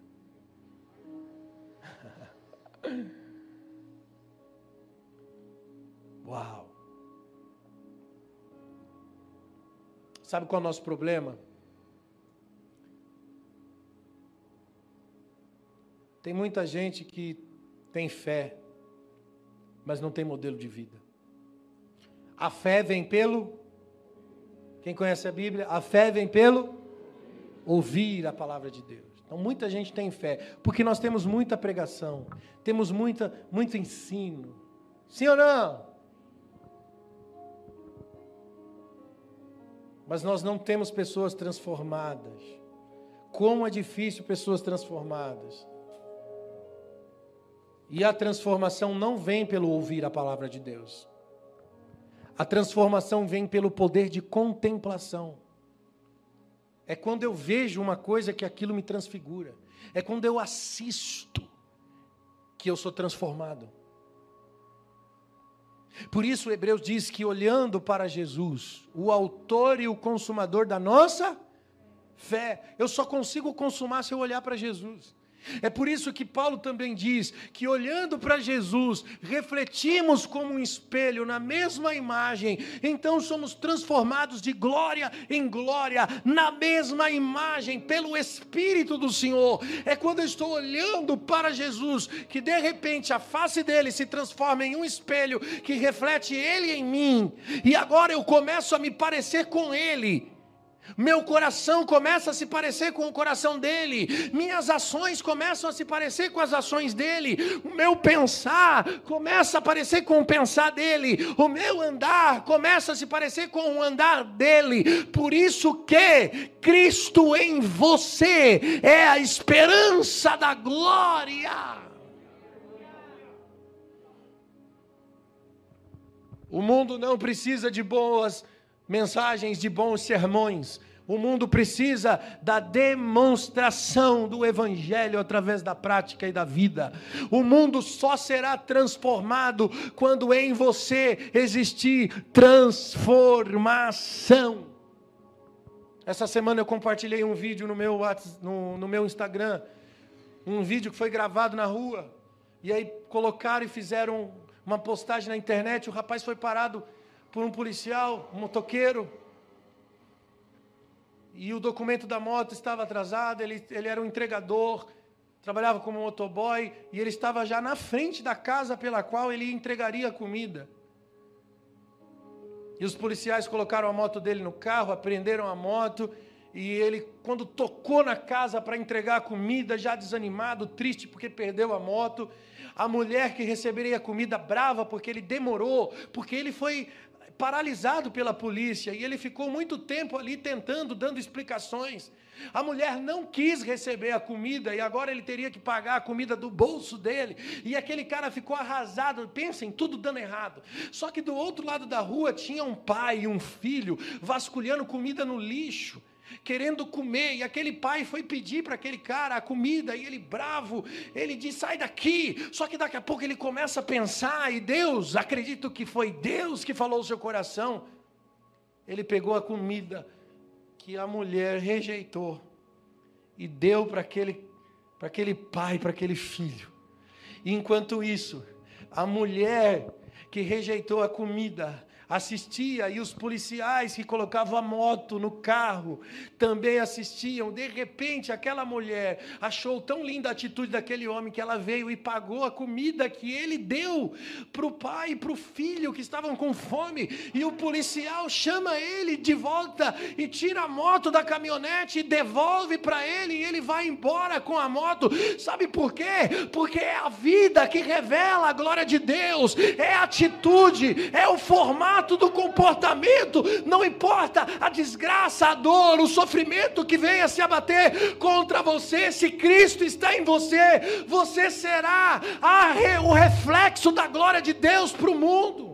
Speaker 1: Uau! Sabe qual é o nosso problema? Tem muita gente que tem fé, mas não tem modelo de vida. A fé vem pelo... Quem conhece a Bíblia? A fé vem pelo ouvir a palavra de Deus. Então, muita gente tem fé, porque nós temos muita pregação, temos muito ensino. Sim ou não? Mas nós não temos pessoas transformadas. Como é difícil pessoas transformadas. E a transformação não vem pelo ouvir a palavra de Deus. A transformação vem pelo poder de contemplação. É quando eu vejo uma coisa que aquilo me transfigura. É quando eu assisto que eu sou transformado. Por isso, Hebreus diz que olhando para Jesus, o autor e o consumador da nossa fé, eu só consigo consumar se eu olhar para Jesus. É por isso que Paulo também diz que olhando para Jesus, refletimos como um espelho na mesma imagem, então somos transformados de glória em glória, na mesma imagem, pelo Espírito do Senhor. É quando eu estou olhando para Jesus, que de repente a face dele se transforma em um espelho, que reflete ele em mim, e agora eu começo a me parecer com ele. Meu coração começa a se parecer com o coração dele. Minhas ações começam a se parecer com as ações dele. O meu pensar começa a parecer com o pensar dele. O meu andar começa a se parecer com o andar dele. Por isso que Cristo em você é a esperança da glória. O mundo não precisa de boas mensagens, de bons sermões. O mundo precisa da demonstração do Evangelho através da prática e da vida. O mundo só será transformado quando em você existir transformação. Essa semana eu compartilhei um vídeo no meu Instagram. Um vídeo que foi gravado na rua. E aí colocaram e fizeram uma postagem na internet. O rapaz foi parado por um policial, um motoqueiro, e o documento da moto estava atrasado, ele era um entregador, trabalhava como motoboy, e ele estava já na frente da casa pela qual ele entregaria a comida. E os policiais colocaram a moto dele no carro, apreenderam a moto, e ele, quando tocou na casa para entregar a comida, já desanimado, triste porque perdeu a moto, a mulher que receberia a comida brava porque ele demorou, porque ele foi paralisado pela polícia, e ele ficou muito tempo ali tentando, dando explicações. A mulher não quis receber a comida, e agora ele teria que pagar a comida do bolso dele, e aquele cara ficou arrasado. Pensem, tudo dando errado. Só que do outro lado da rua tinha um pai e um filho vasculhando comida no lixo, querendo comer, e aquele pai foi pedir para aquele cara a comida, e ele bravo, ele diz, sai daqui. Só que daqui a pouco ele começa a pensar, e Deus, acredito que foi Deus que falou ao seu coração, ele pegou a comida que a mulher rejeitou, e deu para aquele pai, para aquele filho. E enquanto isso, a mulher que rejeitou a comida assistia, e os policiais que colocavam a moto no carro também assistiam. De repente, aquela mulher achou tão linda a atitude daquele homem que ela veio e pagou a comida que ele deu para o pai e para o filho que estavam com fome. E o policial chama ele de volta e tira a moto da caminhonete e devolve para ele, e ele vai embora com a moto. Sabe por quê? Porque é a vida que revela a glória de Deus, é a atitude, é o formato do comportamento. Não importa a desgraça, a dor, o sofrimento que venha se abater contra você, se Cristo está em você, você será o reflexo da glória de Deus para o mundo.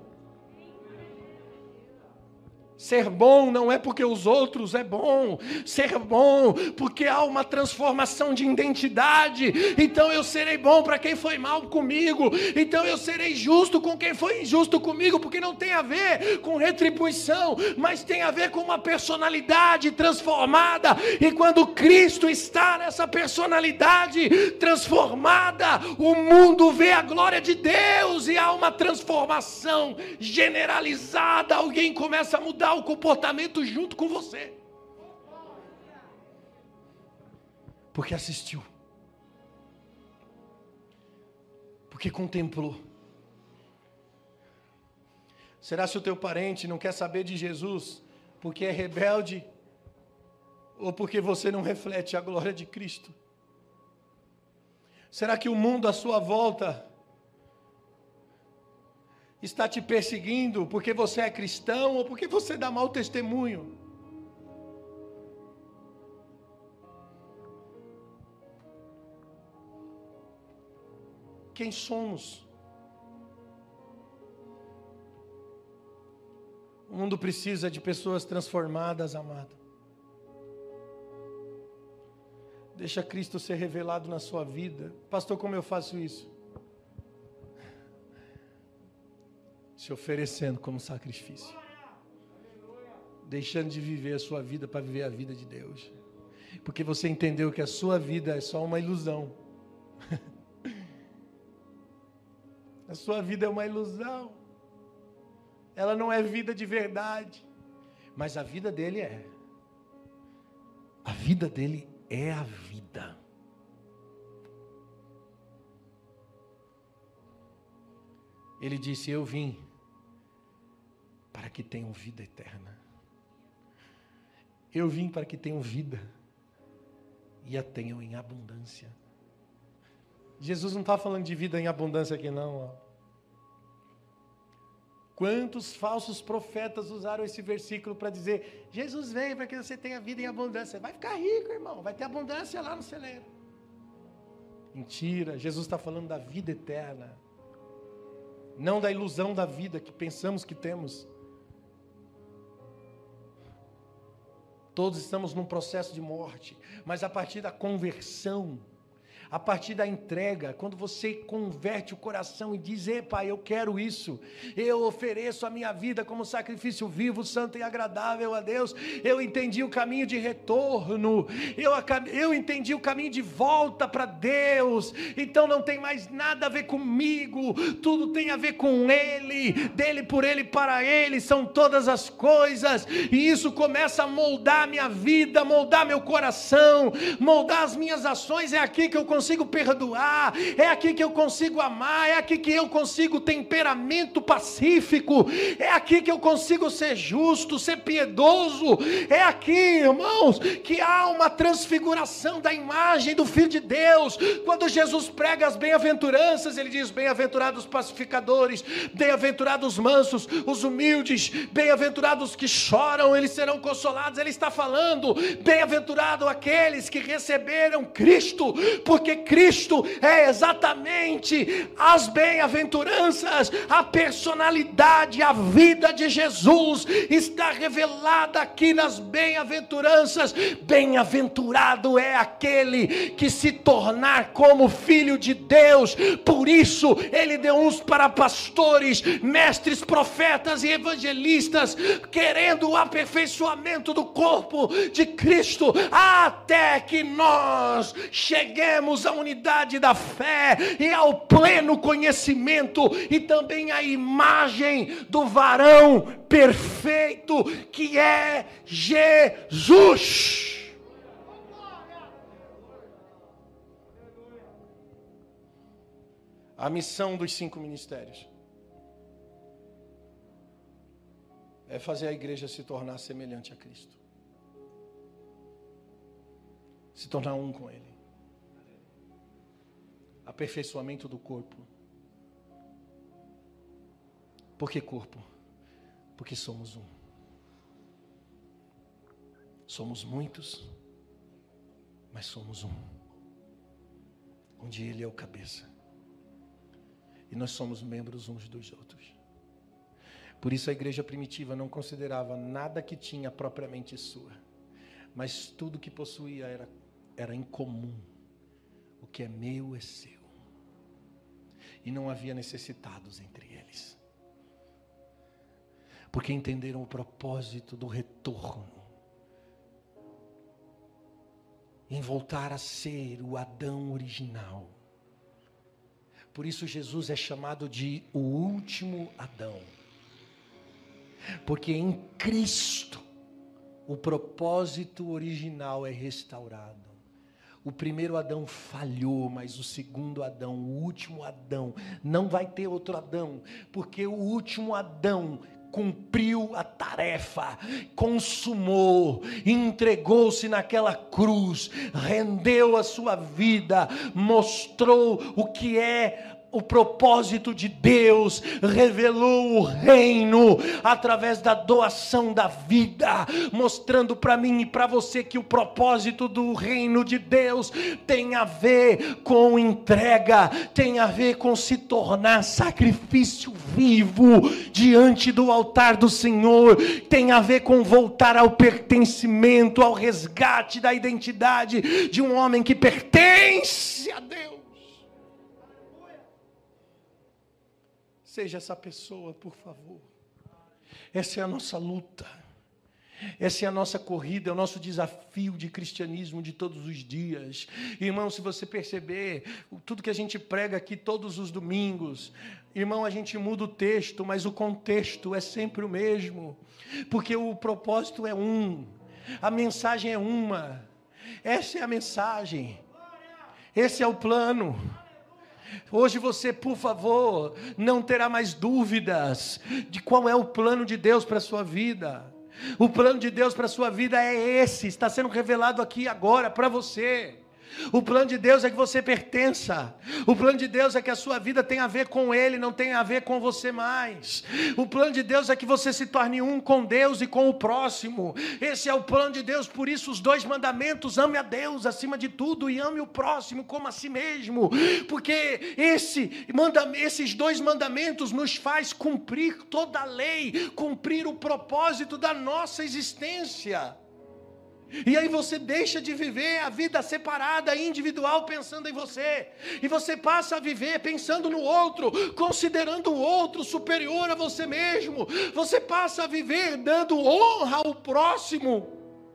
Speaker 1: Ser bom não é porque os outros é bom. Ser bom porque há uma transformação de identidade. Então eu serei bom para quem foi mal comigo. Então eu serei justo com quem foi injusto comigo, porque não tem a ver com retribuição, mas tem a ver com uma personalidade transformada. E quando Cristo está nessa personalidade transformada, o mundo vê a glória de Deus e há uma transformação generalizada. Alguém começa a mudar o comportamento junto com você, porque assistiu. Porque contemplou. Será se o teu parente não quer saber de Jesus porque é rebelde ou porque você não reflete a glória de Cristo? Será que o mundo à sua volta está te perseguindo porque você é cristão ou porque você dá mau testemunho? Quem somos? O mundo precisa de pessoas transformadas, amado. Deixa Cristo ser revelado na sua vida. Pastor, como eu faço isso? Se oferecendo como sacrifício. Deixando de viver a sua vida para viver a vida de Deus. Porque você entendeu que a sua vida é só uma ilusão. A sua vida é uma ilusão. Ela não é vida de verdade. Mas a vida dele é. A vida dele é a vida. Ele disse: eu vim para que tenham vida eterna. Eu vim para que tenham vida e a tenham em abundância. Jesus não está falando de vida em abundância aqui não. Ó. Quantos falsos profetas usaram esse versículo para dizer: Jesus veio para que você tenha vida em abundância. Vai ficar rico, irmão, vai ter abundância lá no celeiro. Mentira, Jesus está falando da vida eterna. Não da ilusão da vida que pensamos que temos. Todos estamos num processo de morte, mas a partir da conversão, a partir da entrega, quando você converte o coração e diz: Pai, eu quero isso, eu ofereço a minha vida como sacrifício vivo, santo e agradável a Deus. Eu entendi o caminho de retorno, eu entendi o caminho de volta para Deus, então não tem mais nada a ver comigo, tudo tem a ver com Ele, dele, por Ele, para Ele, são todas as coisas, e isso começa a moldar a minha vida, moldar meu coração, moldar as minhas ações. É aqui que eu consigo perdoar, é aqui que eu consigo amar, é aqui que eu consigo temperamento pacífico, é aqui que eu consigo ser justo, ser piedoso, é aqui, irmãos, que há uma transfiguração da imagem do Filho de Deus. Quando Jesus prega as bem-aventuranças, ele diz: bem-aventurados os pacificadores, bem-aventurados os mansos, os humildes, bem-aventurados os que choram, eles serão consolados. Ele está falando: bem-aventurado aqueles que receberam Cristo, porque Cristo é exatamente as bem-aventuranças, a personalidade, a vida de Jesus está revelada aqui nas bem-aventuranças. Bem-aventurado é aquele que se tornar como filho de Deus. Por isso ele deu uns para pastores, mestres, profetas e evangelistas, querendo o aperfeiçoamento do corpo de Cristo, até que nós cheguemos à unidade da fé e ao pleno conhecimento e também à imagem do varão perfeito que é Jesus. A missão dos 5 ministérios é fazer a igreja se tornar semelhante a Cristo, se tornar um com Ele. Aperfeiçoamento do corpo. Por que corpo? Porque somos um. Somos muitos, mas somos um. Onde Ele é o cabeça. E nós somos membros uns dos outros. Por isso a igreja primitiva não considerava nada que tinha propriamente sua, mas tudo que possuía era em comum. O que é meu é seu. E não havia necessitados entre eles. Porque entenderam o propósito do retorno. Em voltar a ser o Adão original. Por isso Jesus é chamado de o último Adão. Porque em Cristo o propósito original é restaurado. O primeiro Adão falhou, mas o segundo Adão, o último Adão, não vai ter outro Adão, porque o último Adão cumpriu a tarefa, consumou, entregou-se naquela cruz, rendeu a sua vida, mostrou o que é o propósito de Deus, revelou o reino através da doação da vida, mostrando para mim e para você que o propósito do reino de Deus tem a ver com entrega, tem a ver com se tornar sacrifício vivo diante do altar do Senhor, tem a ver com voltar ao pertencimento, ao resgate da identidade de um homem que pertence a Deus. Seja essa pessoa, por favor. Essa é a nossa luta. Essa é a nossa corrida, é o nosso desafio de cristianismo de todos os dias. Irmão, se você perceber, tudo que a gente prega aqui todos os domingos, irmão, a gente muda o texto, mas o contexto é sempre o mesmo. Porque o propósito é um. A mensagem é uma. Essa é a mensagem. Esse é o plano. Hoje você, por favor, não terá mais dúvidas de qual é o plano de Deus para a sua vida. O plano de Deus para a sua vida é esse, está sendo revelado aqui agora para você. O plano de Deus é que você pertença. O plano de Deus é que a sua vida tenha a ver com Ele, não tenha a ver com você mais. O plano de Deus é que você se torne um com Deus e com o próximo. Esse é o plano de Deus, por isso os 2 mandamentos: ame a Deus acima de tudo e ame o próximo como a si mesmo. Porque esses 2 mandamentos nos faz cumprir toda a lei, cumprir o propósito da nossa existência. E aí você deixa de viver a vida separada, individual, pensando em você. E você passa a viver pensando no outro, considerando o outro superior a você mesmo. Você passa a viver dando honra ao próximo.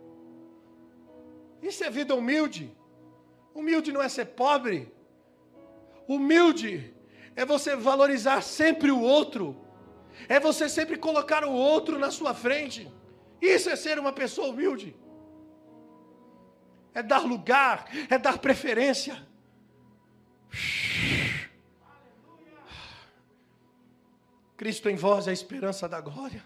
Speaker 1: Isso é vida humilde. Humilde não é ser pobre. Humilde é você valorizar sempre o outro. É você sempre colocar o outro na sua frente. Isso é ser uma pessoa humilde. É dar lugar, é dar preferência. Cristo em vós é a esperança da glória.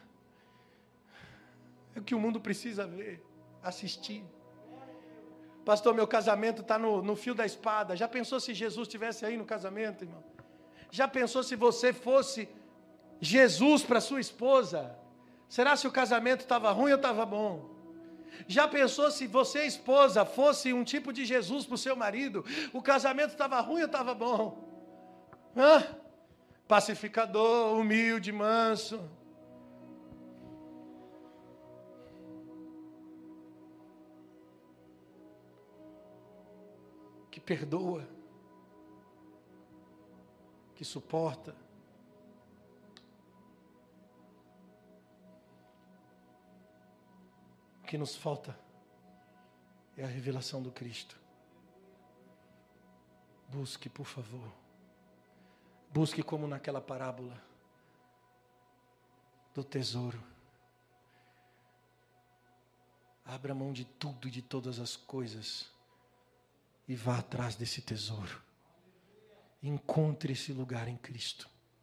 Speaker 1: É o que o mundo precisa ver, assistir. Pastor, meu casamento está no fio da espada. Já pensou se Jesus estivesse aí no casamento, irmão? Já pensou se você fosse Jesus para sua esposa? Será se o casamento estava ruim ou estava bom? Já pensou se você, esposa, fosse um tipo de Jesus para o seu marido? O casamento estava ruim ou estava bom? Pacificador, humilde, manso. Que perdoa. Que suporta. O que nos falta é a revelação do Cristo. Busque, por favor. Busque como naquela parábola do tesouro. Abra mão de tudo e de todas as coisas e vá atrás desse tesouro. Encontre esse lugar em Cristo.